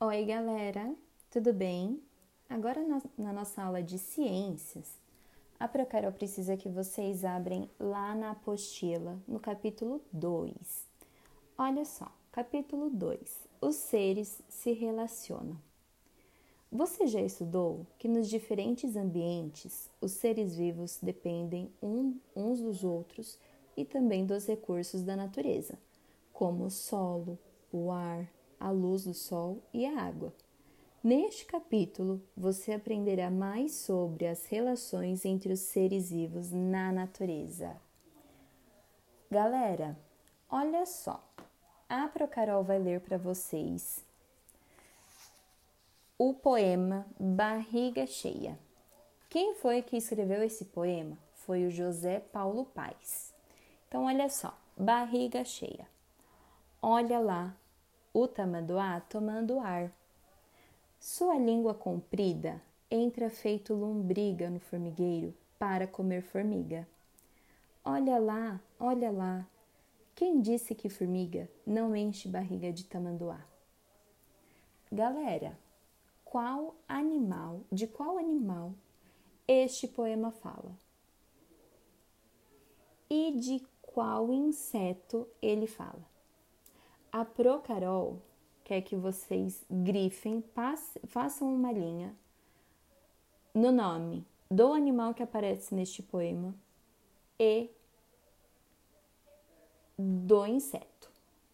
Oi, galera, tudo bem? Agora na nossa aula de ciências, a Procarol precisa que vocês abrem lá na apostila, no capítulo 2. Olha só, capítulo 2, os seres se relacionam. Você já estudou que nos diferentes ambientes, os seres vivos dependem uns dos outros e também dos recursos da natureza, como o solo, o ar, a luz do sol e a água. Neste capítulo, você aprenderá mais sobre as relações entre os seres vivos na natureza. Galera, olha só, a Procarol vai ler para vocês o poema Barriga Cheia. Quem foi que escreveu esse poema? Foi o José Paulo Paes. Então, olha só, barriga cheia. Olha lá, o tamanduá tomando ar. Sua língua comprida entra feito lombriga no formigueiro para comer formiga. Olha lá, quem disse que formiga não enche barriga de tamanduá? Galera, de qual animal este poema fala? E de qual inseto ele fala? A Procarol quer que vocês grifem, façam uma linha no nome do animal que aparece neste poema e do inseto.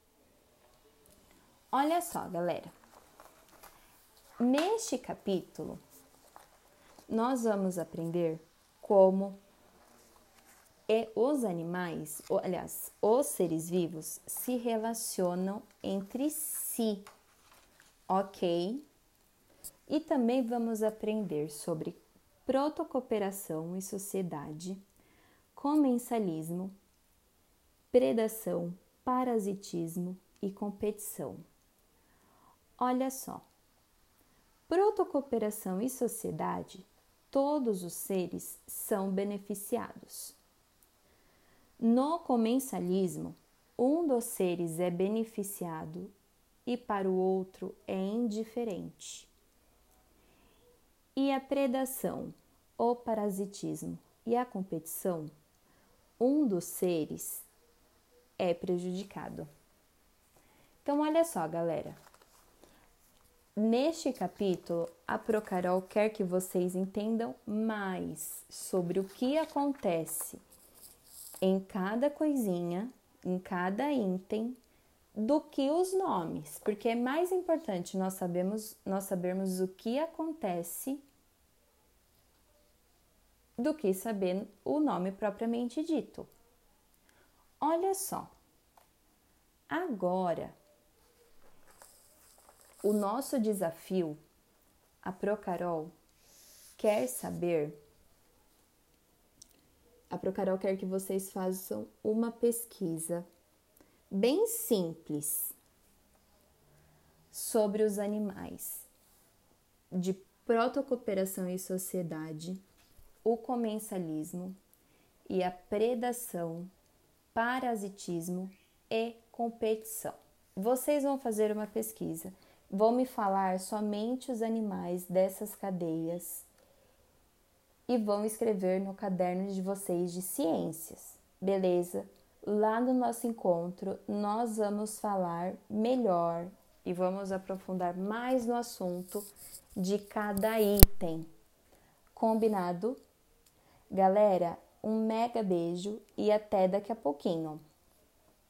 Olha só, galera. Neste capítulo, nós vamos aprender como os animais, os seres vivos se relacionam entre si, ok? E também vamos aprender sobre protocooperação e sociedade, comensalismo, predação, parasitismo e competição. Olha só, protocooperação e sociedade, todos os seres são beneficiados. No comensalismo, um dos seres é beneficiado e para o outro é indiferente. E a predação, o parasitismo e a competição, um dos seres é prejudicado. Então, olha só, galera. Neste capítulo, a Procarol quer que vocês entendam mais sobre o que acontece em cada coisinha, em cada item, do que os nomes, porque é mais importante nós sabermos o que acontece do que saber o nome propriamente dito. Olha só, agora o nosso desafio, a Procarol quer que vocês façam uma pesquisa bem simples sobre os animais de protocooperação e sociedade, o comensalismo e a predação, parasitismo e competição. Vocês vão fazer uma pesquisa, vão me falar somente os animais dessas cadeias e vão escrever no caderno de vocês de ciências, beleza? Lá no nosso encontro, nós vamos falar melhor e vamos aprofundar mais no assunto de cada item. Combinado? Galera, um mega beijo e até daqui a pouquinho.